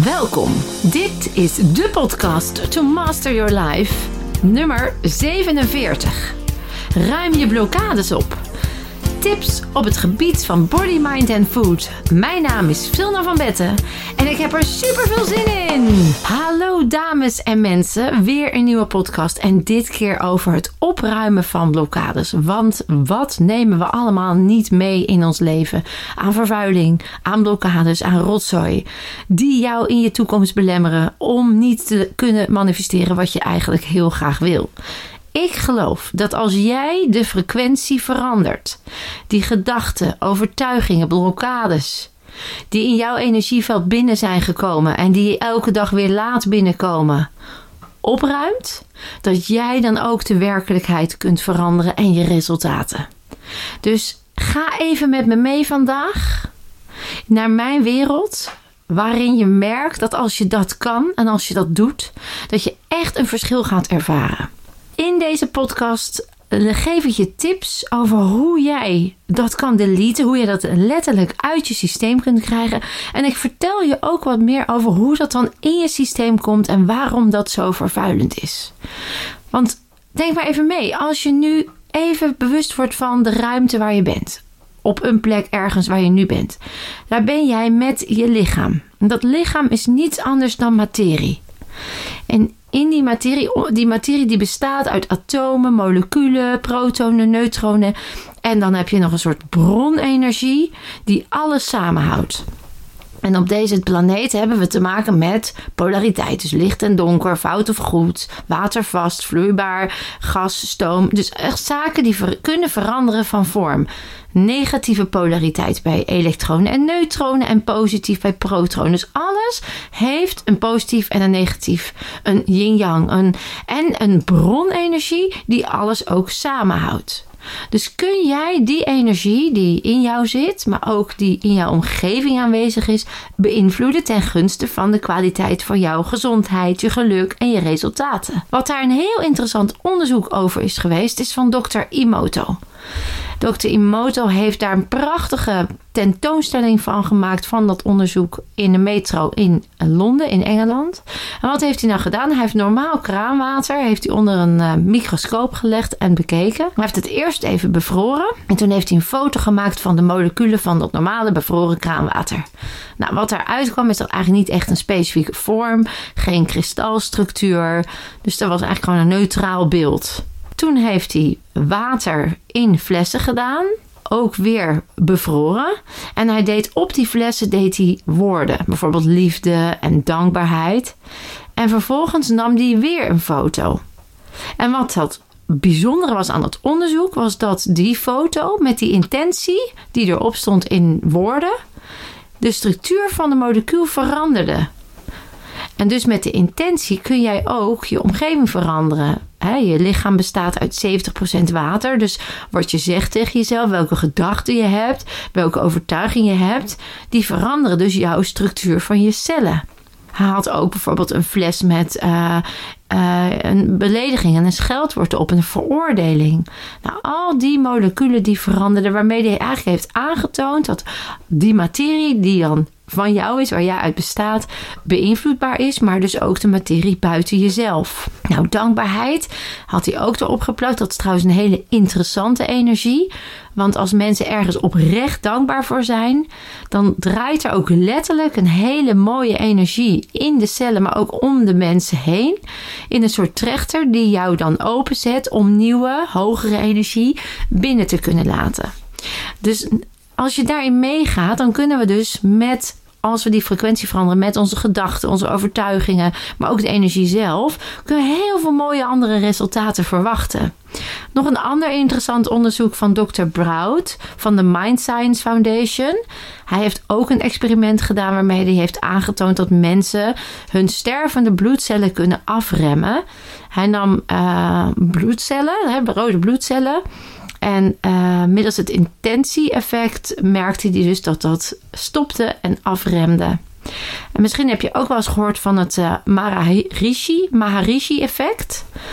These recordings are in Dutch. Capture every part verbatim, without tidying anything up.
Welkom. Dit is de podcast To Master Your Life, nummer zevenenveertig. Ruim je blokkades op. Tips op het gebied van body, mind en food. Mijn naam is Vilna van Betten en ik heb er super veel zin in. Hallo dames en mensen, weer een nieuwe podcast en dit keer over het opruimen van blokkades. Want wat nemen we allemaal niet mee in ons leven? Aan vervuiling, aan blokkades, aan rotzooi. Die jou in je toekomst belemmeren om niet te kunnen manifesteren wat je eigenlijk heel graag wil. Ik geloof dat als jij de frequentie verandert, die gedachten, overtuigingen, blokkades, die in jouw energieveld binnen zijn gekomen en die je elke dag weer laat binnenkomen, opruimt, dat jij dan ook de werkelijkheid kunt veranderen en je resultaten. Dus ga even met me mee vandaag naar mijn wereld, waarin je merkt dat als je dat kan en als je dat doet, dat je echt een verschil gaat ervaren. In deze podcast geef ik je tips over hoe jij dat kan deleten, hoe je dat letterlijk uit je systeem kunt krijgen. En ik vertel je ook wat meer over hoe dat dan in je systeem komt en waarom dat zo vervuilend is. Want denk maar even mee, als je nu even bewust wordt van de ruimte waar je bent. Op een plek ergens waar je nu bent. Daar ben jij met je lichaam. En dat lichaam is niets anders dan materie. En in die materie, die materie die bestaat uit atomen, moleculen, protonen, neutronen. En dan heb je nog een soort bronenergie die alles samenhoudt. En op deze planeet hebben we te maken met polariteit. Dus licht en donker, fout of goed, watervast, vloeibaar, gas, stoom. Dus echt zaken die ver- kunnen veranderen van vorm. Negatieve polariteit bij elektronen en neutronen en positief bij protonen. Dus alles heeft een positief en een negatief. Een yin-yang. Een, en een bronenergie die alles ook samenhoudt. Dus kun jij die energie die in jou zit, maar ook die in jouw omgeving aanwezig is, beïnvloeden ten gunste van de kwaliteit van jouw gezondheid, je geluk en je resultaten. Wat daar een heel interessant onderzoek over is geweest, is van dokter Emoto. dokter Emoto heeft daar een prachtige tentoonstelling van gemaakt van dat onderzoek in de metro in Londen, in Engeland. En wat heeft hij nou gedaan? Hij heeft normaal kraanwater heeft hij onder een uh, microscoop gelegd en bekeken. Hij heeft het eerst even bevroren en toen heeft hij een foto gemaakt van de moleculen van dat normale bevroren kraanwater. Nou, wat daaruit kwam is dat eigenlijk niet echt een specifieke vorm, geen kristalstructuur. Dus dat was eigenlijk gewoon een neutraal beeld. Toen heeft hij water in flessen gedaan. Ook weer bevroren. En hij deed op die flessen deed hij woorden. Bijvoorbeeld liefde en dankbaarheid. En vervolgens nam hij weer een foto. En wat dat bijzondere was aan het onderzoek, was dat die foto met die intentie die erop stond in woorden, de structuur van de molecuul veranderde. En dus met de intentie kun jij ook je omgeving veranderen. He, je lichaam bestaat uit zeventig procent water. Dus wat je zegt tegen jezelf, welke gedachten je hebt, welke overtuiging je hebt, die veranderen dus jouw structuur van je cellen. Hij had ook bijvoorbeeld een fles met uh, uh, een belediging en een scheldwoord op, een veroordeling. Nou, al die moleculen die veranderden, waarmee hij eigenlijk heeft aangetoond dat die materie die dan van jou is, waar jij uit bestaat, beïnvloedbaar is, maar dus ook de materie buiten jezelf. Nou, dankbaarheid had hij ook erop geplakt. Dat is trouwens een hele interessante energie. Want als mensen ergens oprecht dankbaar voor zijn, dan draait er ook letterlijk een hele mooie energie in de cellen, maar ook om de mensen heen. In een soort trechter die jou dan openzet om nieuwe, hogere energie binnen te kunnen laten. Dus als je daarin meegaat, dan kunnen we dus met, als we die frequentie veranderen met onze gedachten, onze overtuigingen, maar ook de energie zelf, kunnen we heel veel mooie andere resultaten verwachten. Nog een ander interessant onderzoek van dokter Broud van de Mind Science Foundation. Hij heeft ook een experiment gedaan waarmee hij heeft aangetoond dat mensen hun stervende bloedcellen kunnen afremmen. Hij nam uh, bloedcellen, hè, rode bloedcellen. En uh, middels het intentie-effect merkte hij dus dat dat stopte en afremde. En misschien heb je ook wel eens gehoord van het uh, Maharishi, Maharishi-effect.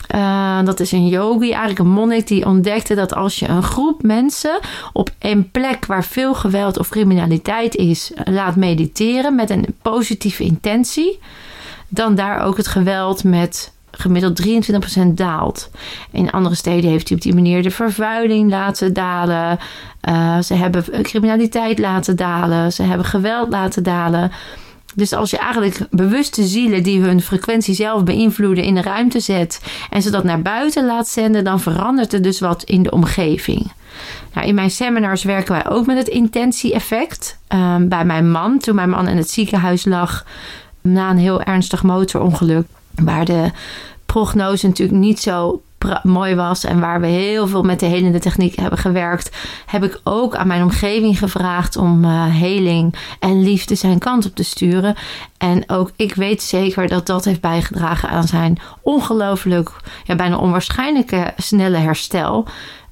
Uh, dat is een yogi, eigenlijk een monnik die ontdekte dat als je een groep mensen op een plek waar veel geweld of criminaliteit is laat mediteren met een positieve intentie, dan daar ook het geweld met gemiddeld drieëntwintig procent daalt. In andere steden heeft hij op die manier de vervuiling laten dalen. Uh, ze hebben criminaliteit laten dalen. Ze hebben geweld laten dalen. Dus als je eigenlijk bewuste zielen die hun frequentie zelf beïnvloeden in de ruimte zet en ze dat naar buiten laat zenden, dan verandert er dus wat in de omgeving. Nou, in mijn seminars werken wij ook met het intentie-effect. Um, bij mijn man, toen mijn man in het ziekenhuis lag na een heel ernstig motorongeluk, waar de prognose natuurlijk niet zo pra- mooi was en waar we heel veel met de helende techniek hebben gewerkt, heb ik ook aan mijn omgeving gevraagd om uh, heling en liefde zijn kant op te sturen. En ook ik weet zeker dat dat heeft bijgedragen aan zijn ongelooflijk, ja, bijna onwaarschijnlijke snelle herstel.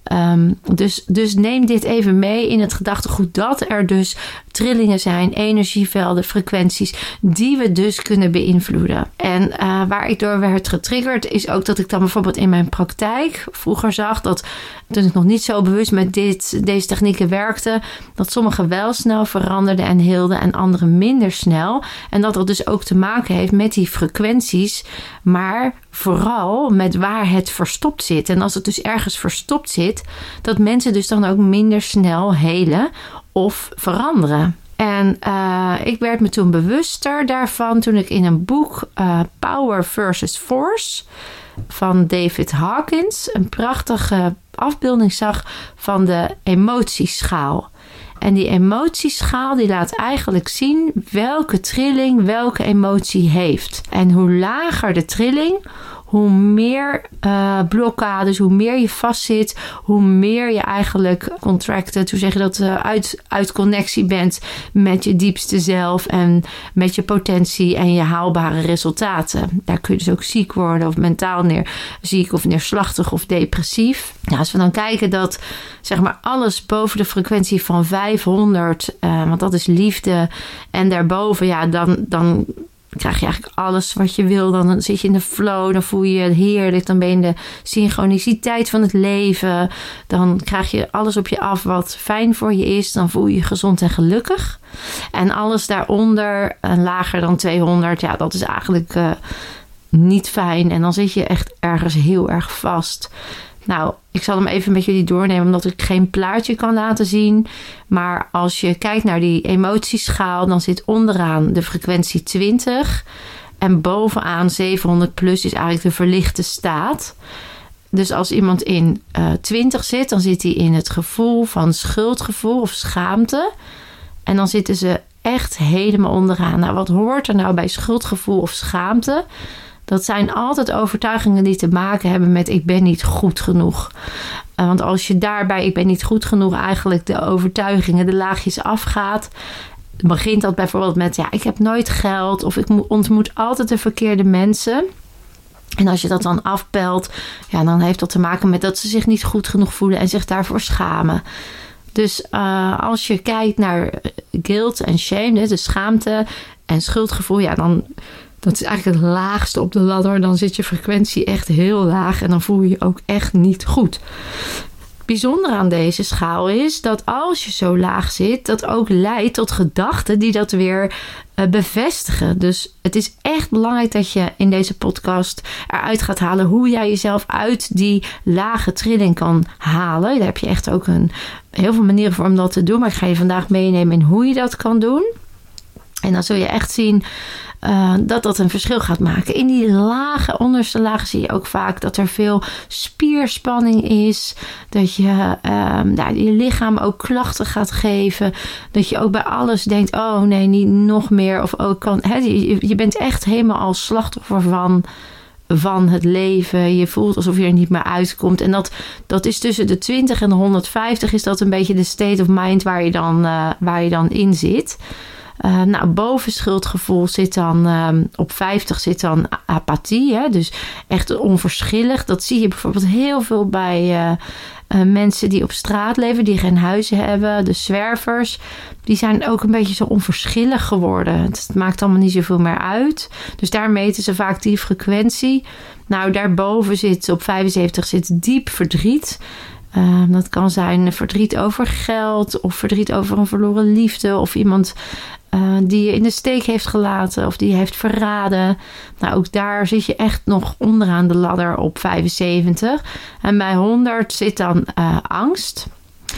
Um, dus, dus neem dit even mee in het gedachtegoed dat er dus trillingen zijn, energievelden, frequenties die we dus kunnen beïnvloeden. En uh, waar ik door werd getriggerd is ook dat ik dan bijvoorbeeld in mijn praktijk vroeger zag dat toen ik nog niet zo bewust met dit, deze technieken werkte, dat sommige wel snel veranderden en heelden en andere minder snel. En dat dat dus ook te maken heeft met die frequenties, maar vooral met waar het verstopt zit. En als het dus ergens verstopt zit, dat mensen dus dan ook minder snel helen of veranderen. En uh, ik werd me toen bewuster daarvan toen ik in een boek uh, Power versus Force van David Hawkins een prachtige afbeelding zag van de emotieschaal. En die emotieschaal die laat eigenlijk zien welke trilling welke emotie heeft. En hoe lager de trilling, hoe meer uh, blokkades, hoe meer je vastzit, hoe meer je eigenlijk contracted, hoe zeg je dat, uh, uit, uit connectie bent met je diepste zelf en met je potentie en je haalbare resultaten. Daar kun je dus ook ziek worden of mentaal neer, ziek of neerslachtig of depressief. Nou, als we dan kijken dat zeg maar alles boven de frequentie van vijfhonderd, uh, want dat is liefde, en daarboven, ja, dan, dan krijg je eigenlijk alles wat je wil. Dan zit je in de flow, dan voel je je heerlijk. Dan ben je in de synchroniciteit van het leven. Dan krijg je alles op je af wat fijn voor je is. Dan voel je je gezond en gelukkig. En alles daaronder, en lager dan tweehonderd, ja, dat is eigenlijk uh, niet fijn. En dan zit je echt ergens heel erg vast. Nou, ik zal hem even met jullie doornemen, omdat ik geen plaatje kan laten zien. Maar als je kijkt naar die emotieschaal, dan zit onderaan de frequentie twintig. En bovenaan zevenhonderd plus is eigenlijk de verlichte staat. Dus als iemand in uh, twintig zit, dan zit hij in het gevoel van schuldgevoel of schaamte. En dan zitten ze echt helemaal onderaan. Nou, wat hoort er nou bij schuldgevoel of schaamte? Dat zijn altijd overtuigingen die te maken hebben met ik ben niet goed genoeg. Uh, want als je daarbij ik ben niet goed genoeg eigenlijk de overtuigingen, de laagjes afgaat, begint dat bijvoorbeeld met ja, ik heb nooit geld of ik ontmoet altijd de verkeerde mensen. En als je dat dan afpelt, ja, dan heeft dat te maken met dat ze zich niet goed genoeg voelen en zich daarvoor schamen. Dus uh, als je kijkt naar guilt en shame, dus schaamte en schuldgevoel, ja, dan dat is eigenlijk het laagste op de ladder. Dan zit je frequentie echt heel laag en dan voel je je ook echt niet goed. Bijzonder aan deze schaal is dat als je zo laag zit, dat ook leidt tot gedachten die dat weer uh, bevestigen. Dus het is echt belangrijk dat je in deze podcast eruit gaat halen hoe jij jezelf uit die lage trilling kan halen. Daar heb je echt ook een, heel veel manieren voor om dat te doen. Maar ik ga je vandaag meenemen in hoe je dat kan doen. En dan zul je echt zien Uh, dat dat een verschil gaat maken. In die lage, onderste lagen zie je ook vaak dat er veel spierspanning is. Dat je uh, nou, je lichaam ook klachten gaat geven. Dat je ook bij alles denkt, oh nee, niet nog meer. Of ook kan, hè, je, je bent echt helemaal als slachtoffer van, van het leven. Je voelt alsof je er niet meer uitkomt. En dat, dat is tussen de twintig en de honderdvijftig is dat een beetje de state of mind waar je dan, uh, waar je dan in zit. Uh, nou, boven schuldgevoel zit dan uh, op vijftig zit dan apathie. Hè? Dus echt onverschillig. Dat zie je bijvoorbeeld heel veel bij uh, uh, mensen die op straat leven, die geen huizen hebben. De zwervers, die zijn ook een beetje zo onverschillig geworden. Het maakt allemaal niet zoveel meer uit. Dus daar meten ze vaak die frequentie. Nou, daarboven zit op vijfenzeventig zit diep verdriet. Uh, dat kan zijn verdriet over geld of verdriet over een verloren liefde of iemand uh, die je in de steek heeft gelaten of die je heeft verraden. Nou, ook daar zit je echt nog onderaan de ladder op vijfenzeventig. En bij honderd zit dan uh, angst.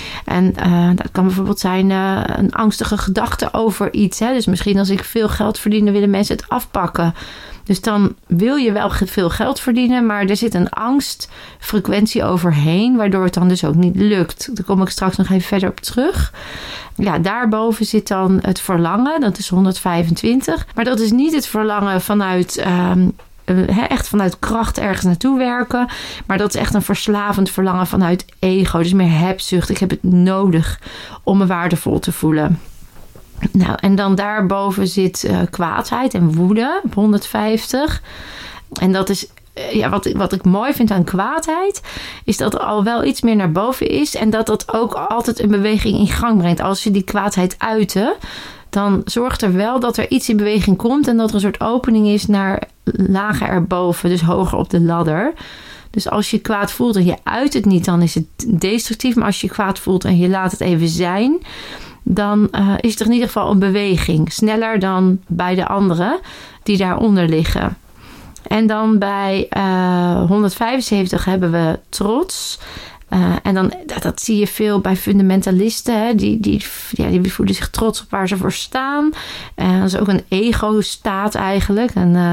En uh, dat kan bijvoorbeeld zijn uh, een angstige gedachte over iets. Hè? Dus misschien als ik veel geld verdien, dan willen mensen het afpakken. Dus dan wil je wel veel geld verdienen, maar er zit een angstfrequentie overheen, waardoor het dan dus ook niet lukt. Daar kom ik straks nog even verder op terug. Ja, daarboven zit dan het verlangen, dat is honderdvijfentwintig. Maar dat is niet het verlangen vanuit, um, echt vanuit kracht ergens naartoe werken. Maar dat is echt een verslavend verlangen vanuit ego. Dus meer hebzucht. Ik heb het nodig om me waardevol te voelen. Nou, en dan daarboven zit uh, kwaadheid en woede op honderdvijftig. En dat is, uh, ja, wat, wat ik mooi vind aan kwaadheid, is dat er al wel iets meer naar boven is. En dat dat ook altijd een beweging in gang brengt. Als je die kwaadheid uiten, dan zorgt er wel dat er iets in beweging komt. En dat er een soort opening is naar lager erboven, dus hoger op de ladder. Dus als je kwaad voelt en je uit het niet, dan is het destructief. Maar als je kwaad voelt en je laat het even zijn, dan uh, is er in ieder geval een beweging. Sneller dan bij de anderen die daaronder liggen. En dan bij uh, honderdvijfenzeventig hebben we trots. Uh, en dan, dat, dat zie je veel bij fundamentalisten. Hè? Die, die, ja, die voelen zich trots op waar ze voor staan. Uh, dat is ook een ego-staat eigenlijk. Een uh,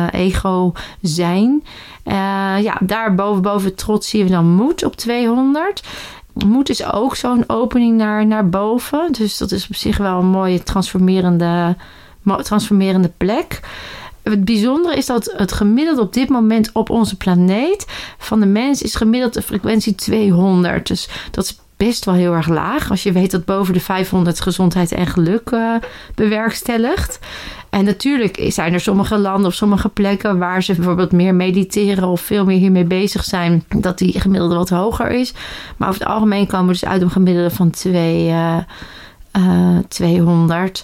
ego-zijn. Uh, ja, daar boven, boven trots zien we dan moed op tweehonderd. Moed is ook zo'n opening naar, naar boven. Dus dat is op zich wel een mooie transformerende, transformerende plek. Het bijzondere is dat het gemiddeld op dit moment op onze planeet van de mens is gemiddeld de frequentie tweehonderd. Dus dat is best wel heel erg laag. Als je weet dat boven de vijfhonderd gezondheid en geluk uh, bewerkstelligt. En natuurlijk zijn er sommige landen of sommige plekken waar ze bijvoorbeeld meer mediteren of veel meer hiermee bezig zijn, dat die gemiddelde wat hoger is. Maar over het algemeen komen we dus uit op een gemiddelde van twee, uh, uh, tweehonderd.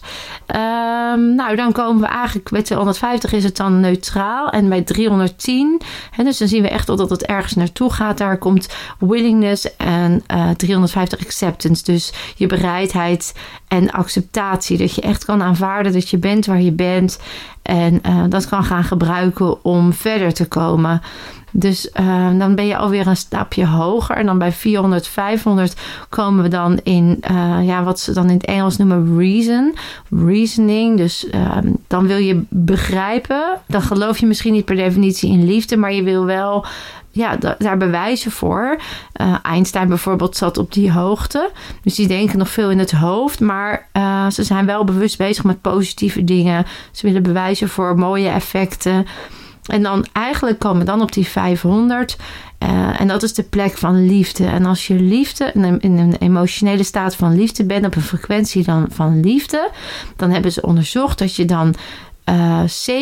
Um, nou, dan komen we eigenlijk bij tweehonderdvijftig is het dan neutraal. En bij driehonderdtien, hè, dus dan zien we echt dat het ergens naartoe gaat. Daar komt willingness en uh, driehonderdvijftig acceptance. Dus je bereidheid en acceptatie. Dat je echt kan aanvaarden dat je bent waar je bent. En uh, dat kan gaan gebruiken om verder te komen. Dus uh, dan ben je alweer een stapje hoger. En dan bij vierhonderd, vijfhonderd komen we dan in uh, ja, wat ze dan in het Engels noemen reason. Reasoning. Dus uh, dan wil je begrijpen. Dan geloof je misschien niet per definitie in liefde. Maar je wil wel ja, daar bewijzen voor. Uh, Einstein bijvoorbeeld zat op die hoogte. Dus die denken nog veel in het hoofd. Maar uh, ze zijn wel bewust bezig met positieve dingen. Ze willen bewijzen voor mooie effecten. En dan eigenlijk komen we dan op die vijfhonderd. Uh, en dat is de plek van liefde. En als je liefde, in een emotionele staat van liefde bent, op een frequentie dan van liefde, dan hebben ze onderzocht dat je dan uh,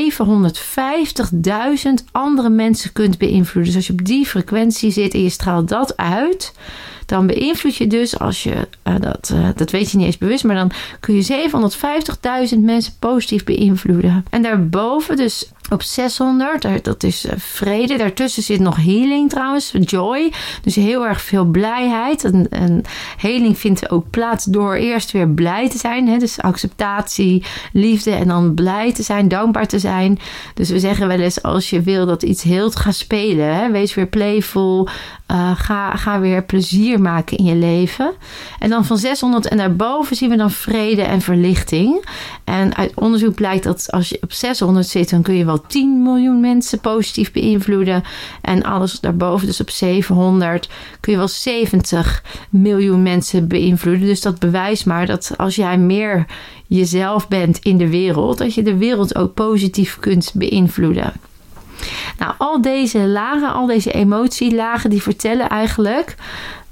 zevenhonderdvijftigduizend andere mensen kunt beïnvloeden. Dus als je op die frequentie zit en je straalt dat uit, dan beïnvloed je dus, als je, uh, dat, uh, dat weet je niet eens bewust, maar dan kun je zevenhonderdvijftigduizend mensen positief beïnvloeden. En daarboven dus op zeshonderd, dat is uh, vrede. Daartussen zit nog healing trouwens, joy. Dus heel erg veel blijheid. En, en healing vindt ook plaats door eerst weer blij te zijn. Hè? Dus acceptatie, liefde en dan blij te zijn, dankbaar te zijn. Dus we zeggen wel eens, als je wil dat iets heelt, ga spelen. Hè? Wees weer playful. Uh, ga, ga weer plezier maken in je leven. En dan van zeshonderd en daarboven zien we dan vrede en verlichting. En uit onderzoek blijkt dat als je op zeshonderd zit, dan kun je wel tien miljoen mensen positief beïnvloeden. En alles daarboven, dus op zevenhonderd, kun je wel zeventig miljoen mensen beïnvloeden. Dus dat bewijst maar dat als jij meer jezelf bent in de wereld, dat je de wereld ook positief kunt beïnvloeden. Nou, al deze lagen, al deze emotielagen, die vertellen eigenlijk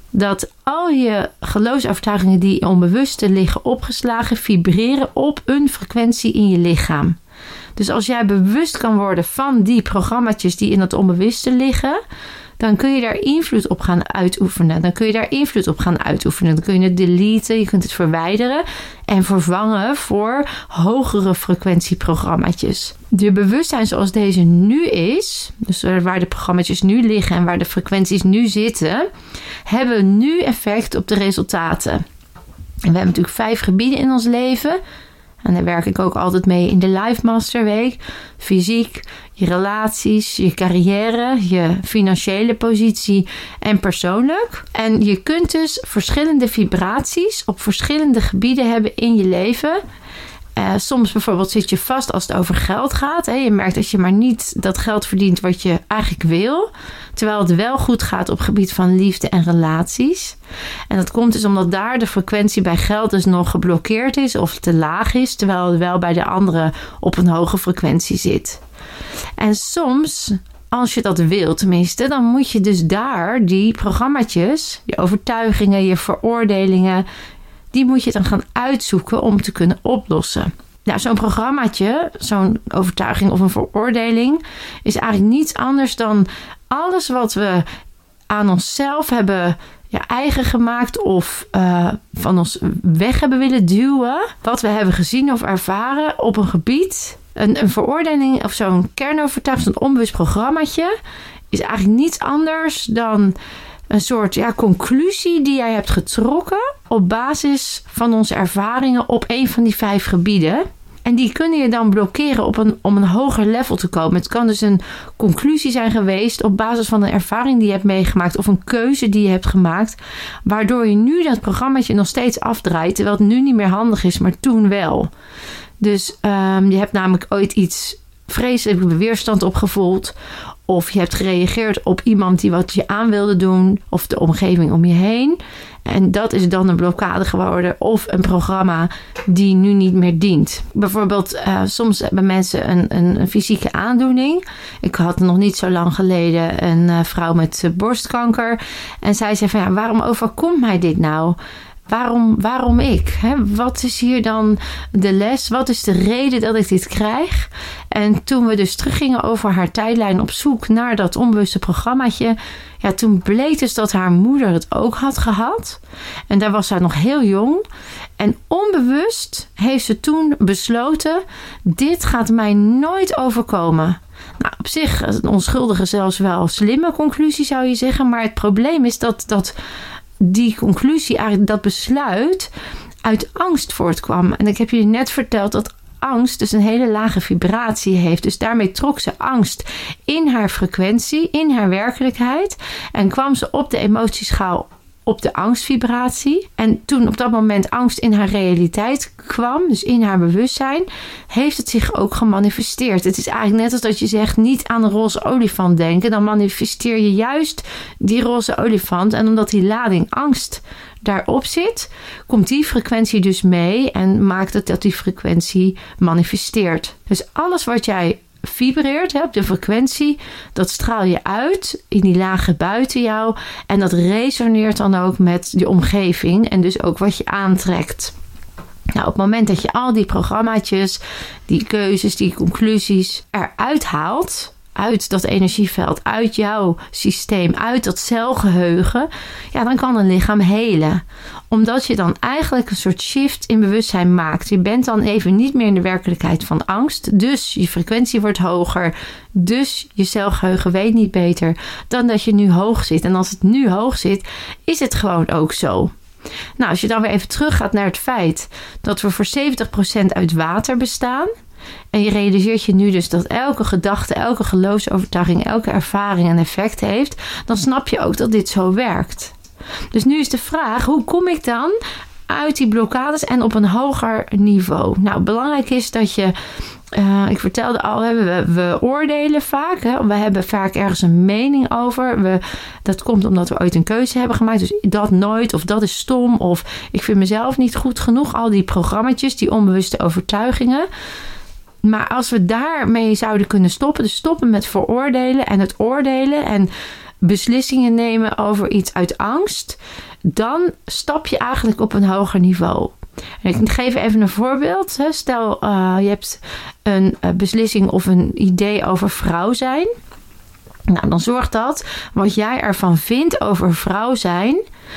dat al je geloofsovertuigingen die onbewuste liggen opgeslagen, vibreren op een frequentie in je lichaam. Dus als jij bewust kan worden van die programma's die in het onbewuste liggen, dan kun je daar invloed op gaan uitoefenen. Dan kun je daar invloed op gaan uitoefenen. Dan kun je het deleten, je kunt het verwijderen en vervangen voor hogere frequentieprogramma's. Je bewustzijn zoals deze nu is, dus waar de programma's nu liggen en waar de frequenties nu zitten, hebben nu effect op de resultaten. En we hebben natuurlijk vijf gebieden in ons leven. En daar werk ik ook altijd mee in de Life Masterweek. Fysiek, je relaties, je carrière, je financiële positie en persoonlijk. En je kunt dus verschillende vibraties op verschillende gebieden hebben in je leven. Uh, soms bijvoorbeeld zit je vast als het over geld gaat. Hè. Je merkt dat je maar niet dat geld verdient wat je eigenlijk wil. Terwijl het wel goed gaat op het gebied van liefde en relaties. En dat komt dus omdat daar de frequentie bij geld dus nog geblokkeerd is of te laag is. Terwijl het wel bij de andere op een hoge frequentie zit. En soms, als je dat wil tenminste, dan moet je dus daar die programma's, je overtuigingen, je veroordelingen, die moet je dan gaan uitzoeken om te kunnen oplossen. Nou, zo'n programmaatje, zo'n overtuiging of een veroordeling is eigenlijk niets anders dan alles wat we aan onszelf hebben ja, eigen gemaakt of uh, van ons weg hebben willen duwen. Wat we hebben gezien of ervaren op een gebied. Een, een veroordeling of zo'n kernovertuiging, zo'n onbewust programmaatje is eigenlijk niets anders dan een soort ja, conclusie die jij hebt getrokken op basis van onze ervaringen op een van die vijf gebieden. En die kunnen je dan blokkeren op een, om een hoger level te komen. Het kan dus een conclusie zijn geweest op basis van een ervaring die je hebt meegemaakt of een keuze die je hebt gemaakt, waardoor je nu dat programmaatje nog steeds afdraait, terwijl het nu niet meer handig is, maar toen wel. Dus um, je hebt namelijk ooit iets vreselijke weerstand opgevoeld, of je hebt gereageerd op iemand die wat je aan wilde doen, of de omgeving om je heen. En dat is dan een blokkade geworden of een programma die nu niet meer dient. Bijvoorbeeld, uh, soms hebben mensen een, een, een fysieke aandoening. Ik had nog niet zo lang geleden een uh, vrouw met uh, borstkanker. En zij zei van ja, waarom overkomt mij dit nou? Waarom, waarom ik? Hè? Wat is hier dan de les? Wat is de reden dat ik dit krijg? En toen we dus teruggingen over haar tijdlijn op zoek naar dat onbewuste programmaatje, ja, toen bleek dus dat haar moeder het ook had gehad. En daar was zij nog heel jong. En onbewust heeft ze toen besloten, dit gaat mij nooit overkomen. Nou, op zich een onschuldige, zelfs wel slimme conclusie zou je zeggen. Maar het probleem is dat dat die conclusie, eigenlijk dat besluit, uit angst voortkwam. En ik heb je net verteld dat angst dus een hele lage vibratie heeft. Dus daarmee trok ze angst in haar frequentie, in haar werkelijkheid. En kwam ze op de emotieschaal op de angstvibratie. En toen op dat moment angst in haar realiteit kwam, dus in haar bewustzijn, heeft het zich ook gemanifesteerd. Het is eigenlijk net als dat je zegt, niet aan een roze olifant denken. Dan manifesteer je juist die roze olifant. En omdat die lading angst daarop zit, komt die frequentie dus mee en maakt het dat die frequentie manifesteert. Dus alles wat jij vibreert hè, op de frequentie, dat straal je uit in die lagen buiten jou en dat resoneert dan ook met de omgeving en dus ook wat je aantrekt. Nou, op het moment dat je al die programmaatjes, die keuzes, die conclusies eruit haalt, uit dat energieveld, uit jouw systeem, uit dat celgeheugen, ja, dan kan een lichaam helen. Omdat je dan eigenlijk een soort shift in bewustzijn maakt. Je bent dan even niet meer in de werkelijkheid van angst. Dus je frequentie wordt hoger. Dus je celgeheugen weet niet beter dan dat je nu hoog zit. En als het nu hoog zit, is het gewoon ook zo. Nou, als je dan weer even teruggaat naar het feit dat we voor zeventig procent uit water bestaan. En je realiseert je nu dus dat elke gedachte, elke geloofsovertuiging, elke ervaring een effect heeft, dan snap je ook dat dit zo werkt. Dus nu is de vraag, hoe kom ik dan uit die blokkades en op een hoger niveau? Nou, belangrijk is dat je, uh, ik vertelde al, we, we oordelen vaak. Hè? We hebben vaak ergens een mening over. We, dat komt omdat we ooit een keuze hebben gemaakt. Dus dat nooit, of dat is stom, of ik vind mezelf niet goed genoeg. Al die programma's, die onbewuste overtuigingen. Maar als we daarmee zouden kunnen stoppen, dus stoppen met veroordelen en het oordelen en beslissingen nemen over iets uit angst, dan stap je eigenlijk op een hoger niveau. En ik geef even een voorbeeld. Stel, uh, je hebt een beslissing of een idee over vrouw zijn. Nou, dan zorgt dat wat jij ervan vindt over vrouw zijn,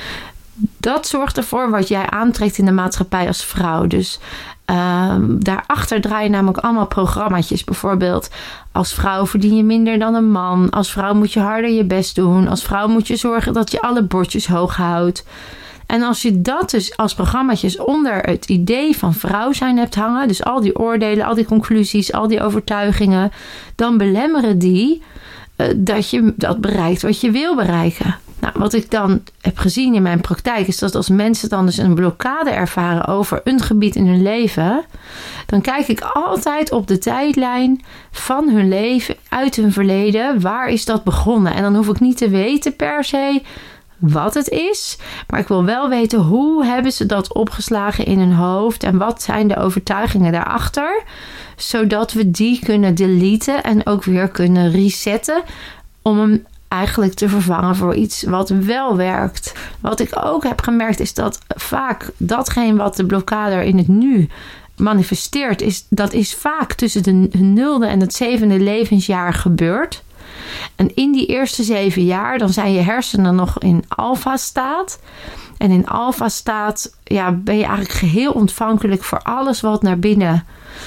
dat zorgt ervoor wat jij aantrekt in de maatschappij als vrouw. Dus uh, daarachter draaien namelijk allemaal programmaatjes. Bijvoorbeeld, als vrouw verdien je minder dan een man. Als vrouw moet je harder je best doen. Als vrouw moet je zorgen dat je alle bordjes hoog houdt. En als je dat dus als programmaatjes onder het idee van vrouw zijn hebt hangen, dus al die oordelen, al die conclusies, al die overtuigingen, dan belemmeren die uh, dat je dat bereikt wat je wil bereiken. Nou, wat ik dan heb gezien in mijn praktijk is dat als mensen dan dus een blokkade ervaren over een gebied in hun leven, dan kijk ik altijd op de tijdlijn van hun leven uit hun verleden. Waar is dat begonnen? En dan hoef ik niet te weten per se wat het is, maar ik wil wel weten hoe hebben ze dat opgeslagen in hun hoofd en wat zijn de overtuigingen daarachter, zodat we die kunnen deleten en ook weer kunnen resetten om hem eigenlijk te vervangen voor iets wat wel werkt. Wat ik ook heb gemerkt is dat vaak datgene wat de blokkade in het nu manifesteert, is, dat is vaak tussen de nulde en het zevende levensjaar gebeurd. En in die eerste zeven jaar, dan zijn je hersenen nog in alfa-staat. En in alfa-staat ja, ben je eigenlijk geheel ontvankelijk voor alles wat naar binnen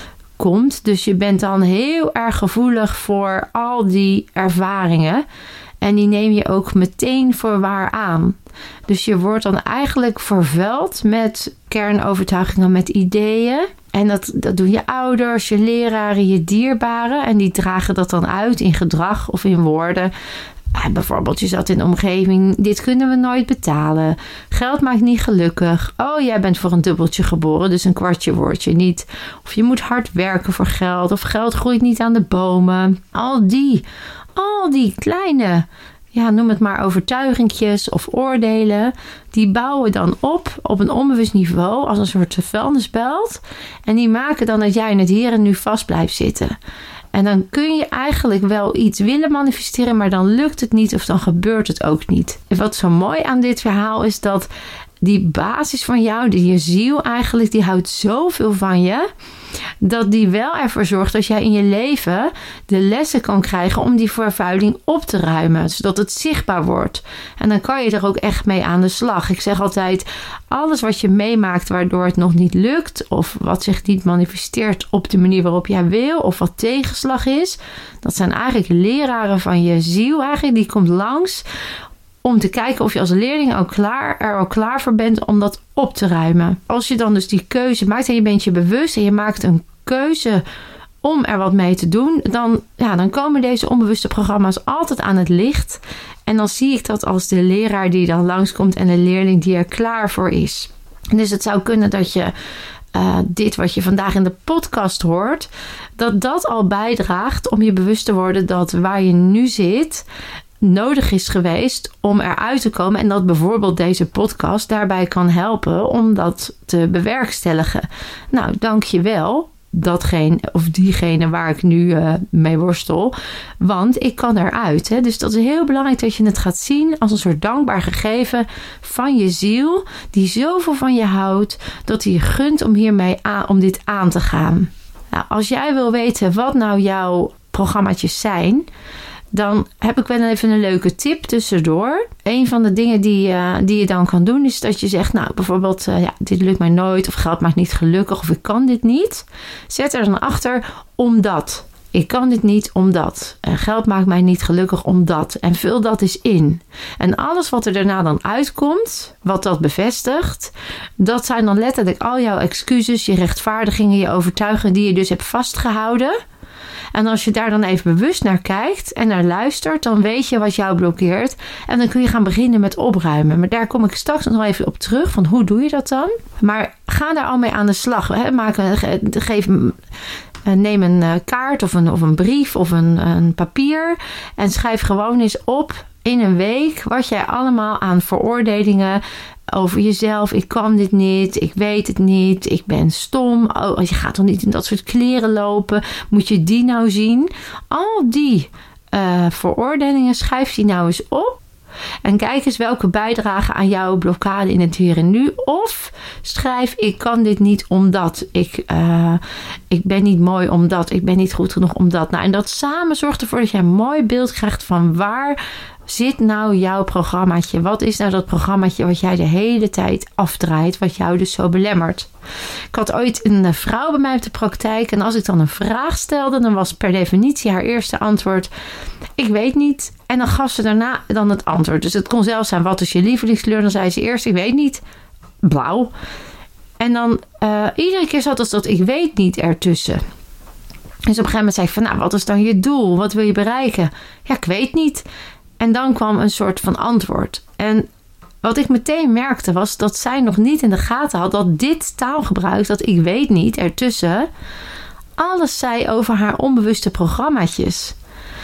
komt. Dus je bent dan heel erg gevoelig voor al die ervaringen. En die neem je ook meteen voor waar aan. Dus je wordt dan eigenlijk vervuild met kernovertuigingen, met ideeën. En dat, dat doen je ouders, je leraren, je dierbaren. En die dragen dat dan uit in gedrag of in woorden. Ah, bijvoorbeeld, je zat in de omgeving, dit kunnen we nooit betalen. Geld maakt niet gelukkig. Oh, jij bent voor een dubbeltje geboren, dus een kwartje word je niet. Of je moet hard werken voor geld. Of geld groeit niet aan de bomen. Al die, al die kleine, ja, noem het maar overtuigingjes of oordelen, die bouwen dan op op een onbewust niveau als een soort vuilnisbelt. En die maken dan dat jij in het hier en nu vast blijft zitten. En dan kun je eigenlijk wel iets willen manifesteren, maar dan lukt het niet of dan gebeurt het ook niet. En wat zo mooi aan dit verhaal is dat die basis van jou, die je ziel eigenlijk, die houdt zoveel van je, dat die wel ervoor zorgt dat jij in je leven de lessen kan krijgen om die vervuiling op te ruimen, zodat het zichtbaar wordt. En dan kan je er ook echt mee aan de slag. Ik zeg altijd, alles wat je meemaakt waardoor het nog niet lukt, of wat zich niet manifesteert op de manier waarop jij wil, of wat tegenslag is, dat zijn eigenlijk leraren van je ziel eigenlijk, die komt langs om te kijken of je als leerling al klaar, er al klaar voor bent om dat op te ruimen. Als je dan dus die keuze maakt en je bent je bewust en je maakt een keuze om er wat mee te doen, dan, ja, dan komen deze onbewuste programma's altijd aan het licht. En dan zie ik dat als de leraar die dan langskomt en de leerling die er klaar voor is. Dus het zou kunnen dat je uh, dit wat je vandaag in de podcast hoort, dat dat al bijdraagt om je bewust te worden dat waar je nu zit nodig is geweest om eruit te komen. En dat bijvoorbeeld deze podcast daarbij kan helpen om dat te bewerkstelligen. Nou, dank je wel. Datgene of diegene waar ik nu uh, mee worstel. Want ik kan eruit. Hè? Dus dat is heel belangrijk dat je het gaat zien als een soort dankbaar gegeven van je ziel. Die zoveel van je houdt. Dat hij je gunt om hiermee aan, om dit aan te gaan. Nou, als jij wil weten wat nou jouw programmaatjes zijn, dan heb ik wel even een leuke tip tussendoor. Een van de dingen die, uh, die je dan kan doen is dat je zegt, nou bijvoorbeeld, uh, ja, dit lukt mij nooit, of geld maakt niet gelukkig, of ik kan dit niet. Zet er dan achter, omdat. Ik kan dit niet omdat. En geld maakt mij niet gelukkig omdat. En vul dat eens in. En alles wat er daarna dan uitkomt, wat dat bevestigt, dat zijn dan letterlijk al jouw excuses, je rechtvaardigingen, je overtuigingen die je dus hebt vastgehouden. En als je daar dan even bewust naar kijkt en naar luistert, dan weet je wat jou blokkeert. En dan kun je gaan beginnen met opruimen. Maar daar kom ik straks nog even op terug, van hoe doe je dat dan? Maar ga daar al mee aan de slag. Hè? Maak een, geef, neem een kaart of een, of een brief of een, een papier en schrijf gewoon eens op in een week wat jij allemaal aan veroordelingen over jezelf. Ik kan dit niet. Ik weet het niet. Ik ben stom. Oh, je gaat toch niet in dat soort kleren lopen. Moet je die nou zien? Al die uh, veroordelingen, schrijf die nou eens op. En kijk eens welke bijdragen aan jouw blokkade in het hier en nu. Of schrijf, ik kan dit niet omdat. Ik, uh, ik ben niet mooi omdat. Ik ben niet goed genoeg omdat. Nou, en dat samen zorgt ervoor dat je een mooi beeld krijgt van waar zit nou jouw programmaatje. Wat is nou dat programmaatje wat jij de hele tijd afdraait. Wat jou dus zo belemmert. Ik had ooit een vrouw bij mij op de praktijk. En als ik dan een vraag stelde, dan was per definitie haar eerste antwoord: ik weet niet. En dan gaf ze daarna dan het antwoord. Dus het kon zelfs zijn: wat is je lievelingskleur? Dan zei ze eerst: ik weet niet. Blauw. En dan uh, iedere keer zat als dat ik weet niet ertussen. Dus op een gegeven moment zei ik van: nou, wat is dan je doel? Wat wil je bereiken? Ja, ik weet niet. En dan kwam een soort van antwoord. En wat ik meteen merkte was dat zij nog niet in de gaten had dat dit taalgebruik, dat ik weet niet ertussen, alles zei over haar onbewuste programmaatjes.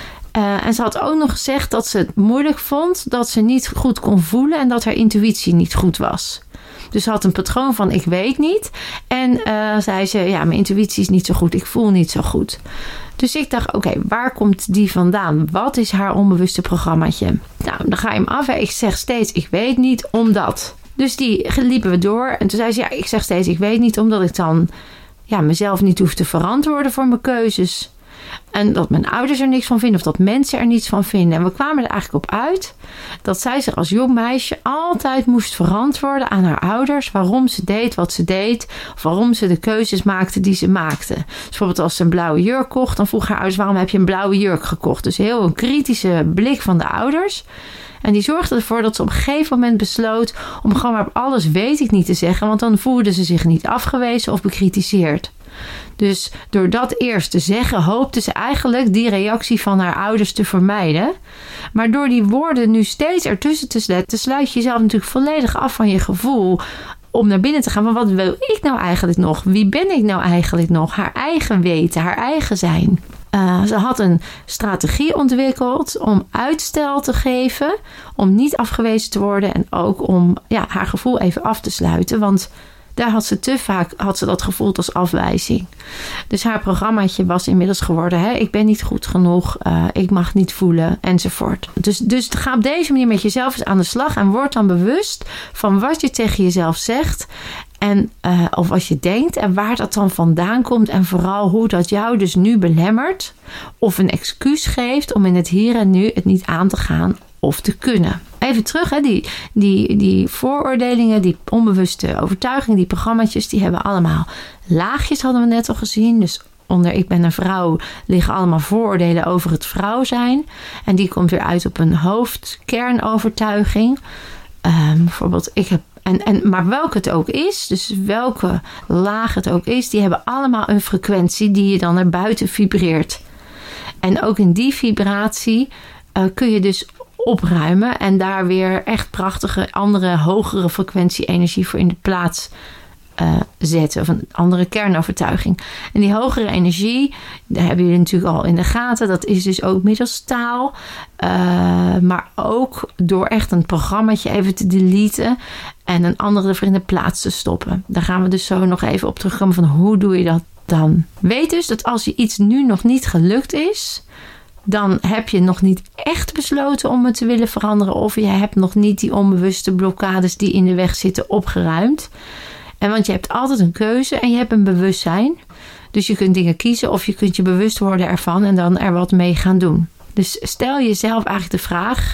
Uh, en ze had ook nog gezegd dat ze het moeilijk vond, dat ze niet goed kon voelen en dat haar intuïtie niet goed was. Dus ze had een patroon van ik weet niet. En uh, zei ze, ja, mijn intuïtie is niet zo goed, ik voel niet zo goed. Dus ik dacht, oké, okay, waar komt die vandaan? Wat is haar onbewuste programmaatje? Nou, dan ga je hem af. Hè. Ik zeg steeds, ik weet niet, omdat. Dus die liepen we door. En toen zei ze, ja, ik zeg steeds, ik weet niet, omdat ik dan ja, mezelf niet hoef te verantwoorden voor mijn keuzes. En dat mijn ouders er niks van vinden of dat mensen er niets van vinden. En we kwamen er eigenlijk op uit dat zij zich als jong meisje altijd moest verantwoorden aan haar ouders waarom ze deed wat ze deed. Of waarom ze de keuzes maakte die ze maakte. Dus bijvoorbeeld als ze een blauwe jurk kocht, dan vroeg haar ouders: waarom heb je een blauwe jurk gekocht? Dus heel een kritische blik van de ouders. En die zorgde ervoor dat ze op een gegeven moment besloot om gewoon maar op alles weet ik niet te zeggen. Want dan voelden ze zich niet afgewezen of bekritiseerd. Dus door dat eerst te zeggen, hoopte ze eigenlijk die reactie van haar ouders te vermijden. Maar door die woorden nu steeds ertussen te zetten, sluit je jezelf natuurlijk volledig af van je gevoel om naar binnen te gaan. Maar wat wil ik nou eigenlijk nog? Wie ben ik nou eigenlijk nog? Haar eigen weten, haar eigen zijn. Uh, ze had een strategie ontwikkeld om uitstel te geven, om niet afgewezen te worden en ook om ja, haar gevoel even af te sluiten. Want daar had ze te vaak had ze dat gevoeld als afwijzing. Dus haar programmaatje was inmiddels geworden: hè, ik ben niet goed genoeg, uh, ik mag niet voelen, enzovoort. Dus, dus ga op deze manier met jezelf eens aan de slag en word dan bewust van wat je tegen jezelf zegt. En, uh, of wat je denkt en waar dat dan vandaan komt. En vooral hoe dat jou dus nu belemmert. Of een excuus geeft om in het hier en nu het niet aan te gaan of te kunnen. Even terug, hè, die, die, die vooroordelingen, die onbewuste overtuigingen, die programmaatjes, die hebben allemaal laagjes, hadden we net al gezien. Dus onder ik ben een vrouw liggen allemaal vooroordelen over het vrouw zijn. En die komt weer uit op een hoofdkernovertuiging. Um, bijvoorbeeld, ik heb En, en, maar welke het ook is, dus welke laag het ook is, die hebben allemaal een frequentie die je dan naar buiten vibreert. En ook in die vibratie uh, kun je dus opruimen en daar weer echt prachtige, andere, hogere frequentie energie voor in de plaats uh, zetten. Of een andere kernovertuiging. En die hogere energie, daar hebben jullie natuurlijk al in de gaten. Dat is dus ook middels taal. Uh, maar ook door echt een programmaatje even te deleten en een andere ervoor in de plaats te stoppen. Daar gaan we dus zo nog even op terugkomen van hoe doe je dat dan. Weet dus dat als je iets nu nog niet gelukt is, dan heb je nog niet echt besloten om het te willen veranderen. Of je hebt nog niet die onbewuste blokkades die in de weg zitten opgeruimd. En want je hebt altijd een keuze en je hebt een bewustzijn. Dus je kunt dingen kiezen of je kunt je bewust worden ervan en dan er wat mee gaan doen. Dus stel jezelf eigenlijk de vraag: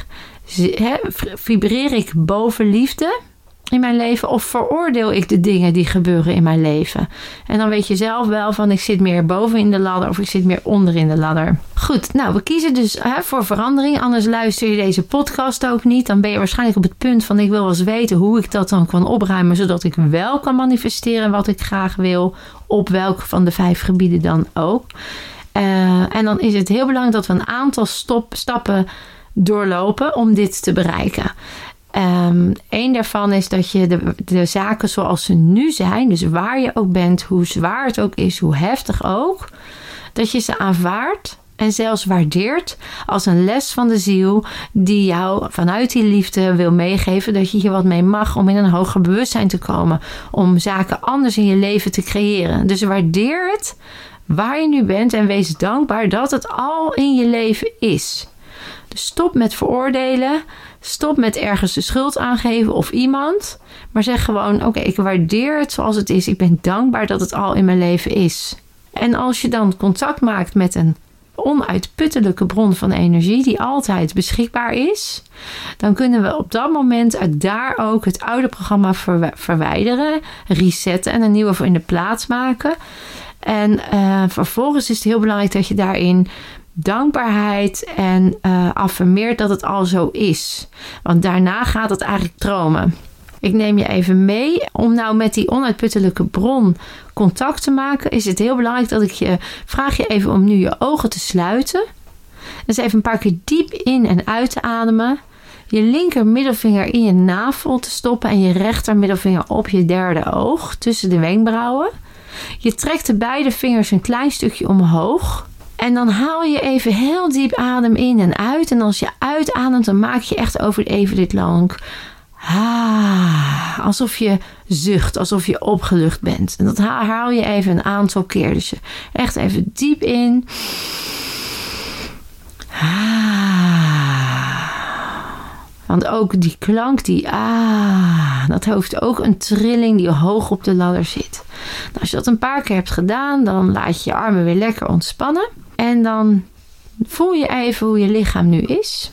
vibreer ik boven liefde in mijn leven of veroordeel ik de dingen die gebeuren in mijn leven? En dan weet je zelf wel van ik zit meer boven in de ladder of ik zit meer onder in de ladder. Goed, nou we kiezen dus hè, voor verandering. Anders luister je deze podcast ook niet. Dan ben je waarschijnlijk op het punt van ik wil wel eens weten hoe ik dat dan kan opruimen, zodat ik wel kan manifesteren wat ik graag wil, op welk van de vijf gebieden dan ook. Uh, en dan is het heel belangrijk dat we een aantal stop, stappen doorlopen om dit te bereiken. Um, Eén daarvan is dat je de, de zaken zoals ze nu zijn, dus waar je ook bent, hoe zwaar het ook is, hoe heftig ook, dat je ze aanvaardt en zelfs waardeert als een les van de ziel die jou vanuit die liefde wil meegeven dat je hier wat mee mag om in een hoger bewustzijn te komen, om zaken anders in je leven te creëren. Dus waardeer het waar je nu bent en wees dankbaar dat het al in je leven is. Dus stop met veroordelen. Stop met ergens de schuld aangeven of iemand. Maar zeg gewoon, oké, okay, ik waardeer het zoals het is. Ik ben dankbaar dat het al in mijn leven is. En als je dan contact maakt met een onuitputtelijke bron van energie die altijd beschikbaar is, dan kunnen we op dat moment uit daar ook het oude programma verwijderen, resetten en een nieuwe voor in de plaats maken. En uh, vervolgens is het heel belangrijk dat je daarin dankbaarheid en uh, affirmeert dat het al zo is. Want daarna gaat het eigenlijk stromen. Ik neem je even mee. Om nou met die onuitputtelijke bron contact te maken, is het heel belangrijk dat ik je vraag je even om nu je ogen te sluiten. Dus even een paar keer diep in en uit te ademen. Je linker middelvinger in je navel te stoppen en je rechter middelvinger op je derde oog tussen de wenkbrauwen. Je trekt de beide vingers een klein stukje omhoog. En dan haal je even heel diep adem in en uit. En als je uitademt, dan maak je echt over even dit lang. Ah, alsof je zucht, alsof je opgelucht bent. En dat haal je even een aantal keer. Dus je echt even diep in. Ah. Want ook die klank, die ah, dat heeft ook een trilling die hoog op de ladder zit. Nou, als je dat een paar keer hebt gedaan, dan laat je je armen weer lekker ontspannen. En dan voel je even hoe je lichaam nu is.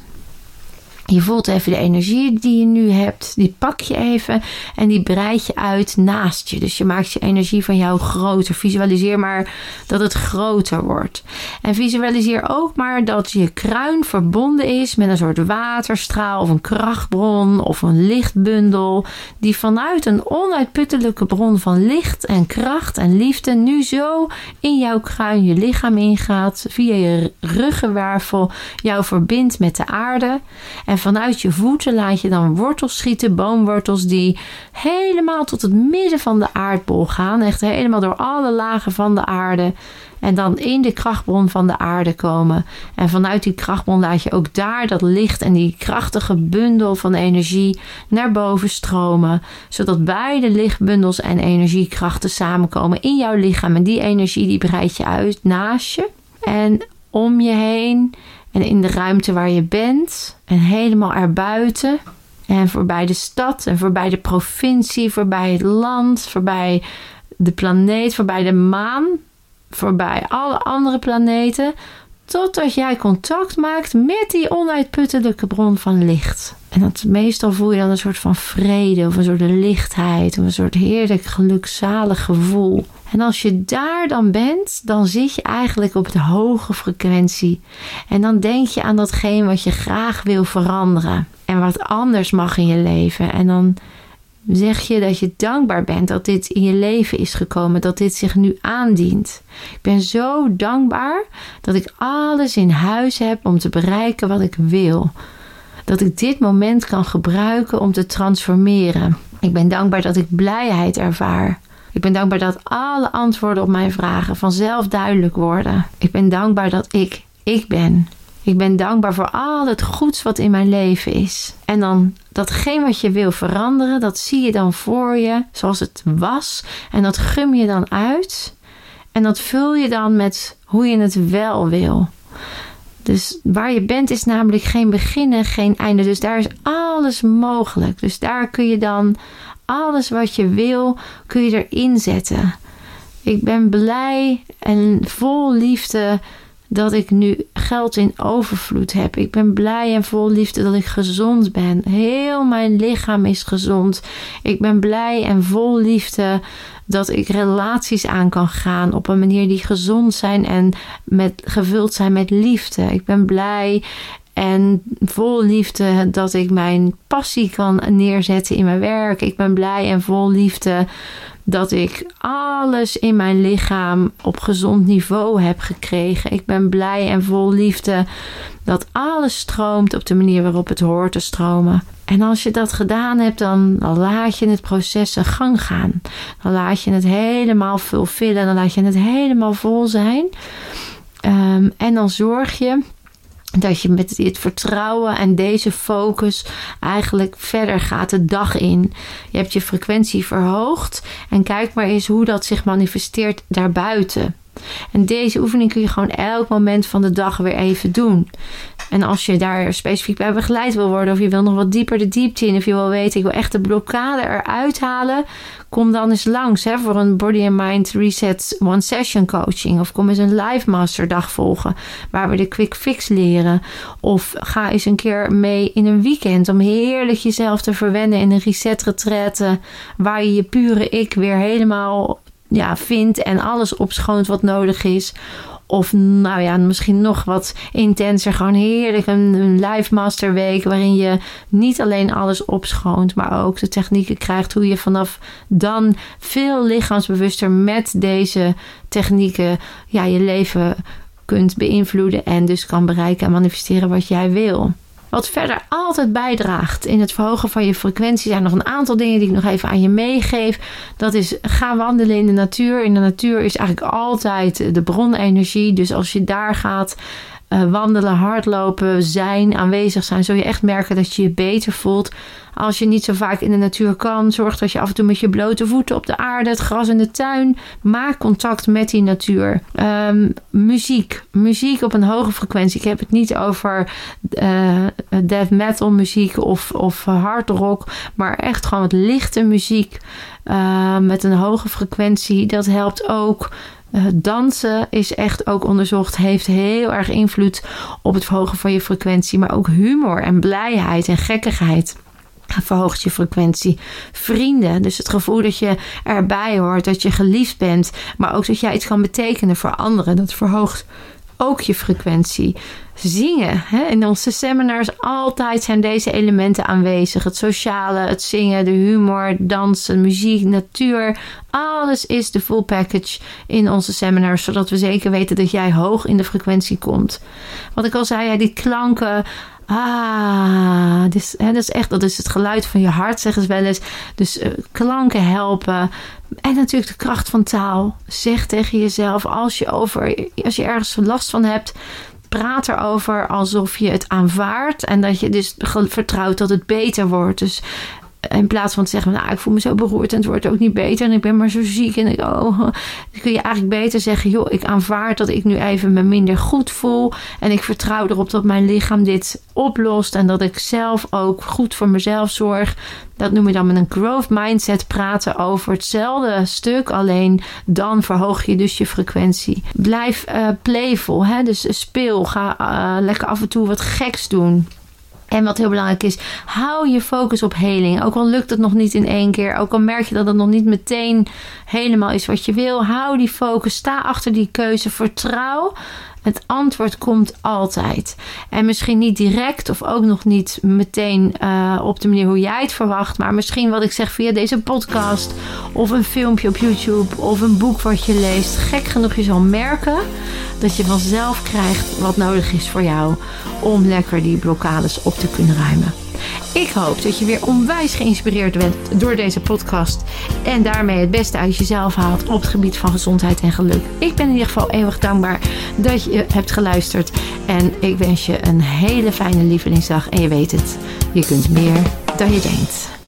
Je voelt even de energie die je nu hebt. Die pak je even en die breid je uit naast je. Dus je maakt je energie van jou groter. Visualiseer maar dat het groter wordt. En visualiseer ook maar dat je kruin verbonden is met een soort waterstraal of een krachtbron of een lichtbundel. Die vanuit een onuitputtelijke bron van licht en kracht en liefde nu zo in jouw kruin je lichaam ingaat. Via je ruggenwervel jou verbindt met de aarde. En vanuit je voeten laat je dan wortels schieten, boomwortels die helemaal tot het midden van de aardbol gaan. Echt helemaal door alle lagen van de aarde. En dan in de krachtbron van de aarde komen. En vanuit die krachtbron laat je ook daar dat licht en die krachtige bundel van energie naar boven stromen. Zodat beide lichtbundels en energiekrachten samenkomen in jouw lichaam. En die energie die breid je uit naast je en om je heen. En in de ruimte waar je bent. En helemaal erbuiten. En voorbij de stad. En voorbij de provincie. Voorbij het land. Voorbij de planeet. Voorbij de maan. Voorbij alle andere planeten. Totdat jij contact maakt met die onuitputtelijke bron van licht. En dat, meestal voel je dan een soort van vrede. Of een soort lichtheid. Of een soort heerlijk gelukzalig gevoel. En als je daar dan bent, dan zit je eigenlijk op de hoge frequentie. En dan denk je aan datgene wat je graag wil veranderen. En wat anders mag in je leven. En dan zeg je dat je dankbaar bent dat dit in je leven is gekomen. Dat dit zich nu aandient. Ik ben zo dankbaar dat ik alles in huis heb om te bereiken wat ik wil. Dat ik dit moment kan gebruiken om te transformeren. Ik ben dankbaar dat ik blijheid ervaar. Ik ben dankbaar dat alle antwoorden op mijn vragen vanzelf duidelijk worden. Ik ben dankbaar dat ik, ik ben. Ik ben dankbaar voor al het goeds wat in mijn leven is. En dan datgene wat je wil veranderen, dat zie je dan voor je zoals het was. En dat gum je dan uit. En dat vul je dan met hoe je het wel wil. Dus waar je bent is namelijk geen begin en geen einde. Dus daar is alles mogelijk. Dus daar kun je dan alles wat je wil, kun je erin zetten. Ik ben blij en vol liefde dat ik nu geld in overvloed heb. Ik ben blij en vol liefde dat ik gezond ben. Heel mijn lichaam is gezond. Ik ben blij en vol liefde dat ik relaties aan kan gaan op een manier die gezond zijn en met, gevuld zijn met liefde. Ik ben blij en vol liefde dat ik mijn passie kan neerzetten in mijn werk. Ik ben blij en vol liefde dat ik alles in mijn lichaam op gezond niveau heb gekregen. Ik ben blij en vol liefde dat alles stroomt op de manier waarop het hoort te stromen. En als je dat gedaan hebt, dan, dan laat je het proces zijn gang gaan. Dan laat je het helemaal vulfillen. Dan laat je het helemaal vol zijn. Um, en dan zorg je dat je met dit vertrouwen en deze focus eigenlijk verder gaat de dag in. Je hebt je frequentie verhoogd. En kijk maar eens hoe dat zich manifesteert daarbuiten. En deze oefening kun je gewoon elk moment van de dag weer even doen. En als je daar specifiek bij begeleid wil worden, of je wil nog wat dieper de diepte in, of je wil weten, ik wil echt de blokkade eruit halen, kom dan eens langs hè, voor een Body and Mind Reset One Session coaching. Of kom eens een Live Master dag volgen, waar we de quick fix leren. Of ga eens een keer mee in een weekend om heerlijk jezelf te verwennen in een reset retraite, waar je je pure ik weer helemaal ja, vindt en alles opschoont wat nodig is. Of nou ja, misschien nog wat intenser. Gewoon heerlijk een, een live masterweek waarin je niet alleen alles opschoont, maar ook de technieken krijgt hoe je vanaf dan veel lichaamsbewuster met deze technieken ja, je leven kunt beïnvloeden en dus kan bereiken en manifesteren wat jij wil. Wat verder altijd bijdraagt in het verhogen van je frequentie zijn nog een aantal dingen die ik nog even aan je meegeef. Dat is, ga wandelen in de natuur. In de natuur is eigenlijk altijd de bronenergie. Dus als je daar gaat uh, wandelen, hardlopen, zijn, aanwezig zijn, zul je echt merken dat je je beter voelt. Als je niet zo vaak in de natuur kan, zorg dat je af en toe met je blote voeten op de aarde, het gras in de tuin, maak contact met die natuur. Um, muziek. Muziek op een hoge frequentie. Ik heb het niet over uh, death metal muziek of, of hard rock, maar echt gewoon wat lichte muziek uh, met een hoge frequentie. Dat helpt ook. Uh, dansen is echt ook onderzocht, heeft heel erg invloed op het verhogen van je frequentie, maar ook humor en blijheid en gekkigheid verhoogt je frequentie. Vrienden, dus het gevoel dat je erbij hoort, dat je geliefd bent, maar ook dat jij iets kan betekenen voor anderen, dat verhoogt ook je frequentie. Zingen. Hè? In onze seminars altijd zijn deze elementen aanwezig. Het sociale, het zingen, de humor, dansen, muziek, natuur. Alles is de full package in onze seminars, zodat we zeker weten dat jij hoog in de frequentie komt. Wat ik al zei, ja, die klanken. Ah, dus, hè, dat is echt, dat is het geluid van je hart, zeggen ze wel eens. Dus uh, klanken helpen. En natuurlijk de kracht van taal. Zeg tegen jezelf, als je, over, als je ergens last van hebt, praat erover alsof je het aanvaardt. En dat je dus vertrouwt dat het beter wordt. Dus in plaats van te zeggen, nou, ik voel me zo beroerd en het wordt ook niet beter en ik ben maar zo ziek. En ik, oh, dan kun je eigenlijk beter zeggen, joh, ik aanvaard dat ik nu even me minder goed voel. En ik vertrouw erop dat mijn lichaam dit oplost en dat ik zelf ook goed voor mezelf zorg. Dat noem je dan met een growth mindset, praten over hetzelfde stuk. Alleen dan verhoog je dus je frequentie. Blijf uh, playful, hè? Dus speel. Ga uh, lekker af en toe wat geks doen. En wat heel belangrijk is, hou je focus op heling. Ook al lukt het nog niet in één keer. Ook al merk je dat het nog niet meteen helemaal is wat je wil. Hou die focus. Sta achter die keuze. Vertrouw. Het antwoord komt altijd. En misschien niet direct of ook nog niet meteen uh, op de manier hoe jij het verwacht. Maar misschien wat ik zeg via deze podcast of een filmpje op YouTube of een boek wat je leest. Gek genoeg, je zal merken dat je vanzelf krijgt wat nodig is voor jou om lekker die blokkades op te kunnen ruimen. Ik hoop dat je weer onwijs geïnspireerd bent door deze podcast en daarmee het beste uit jezelf haalt op het gebied van gezondheid en geluk. Ik ben in ieder geval eeuwig dankbaar dat je hebt geluisterd en ik wens je een hele fijne lievelingsdag en je weet het, je kunt meer dan je denkt.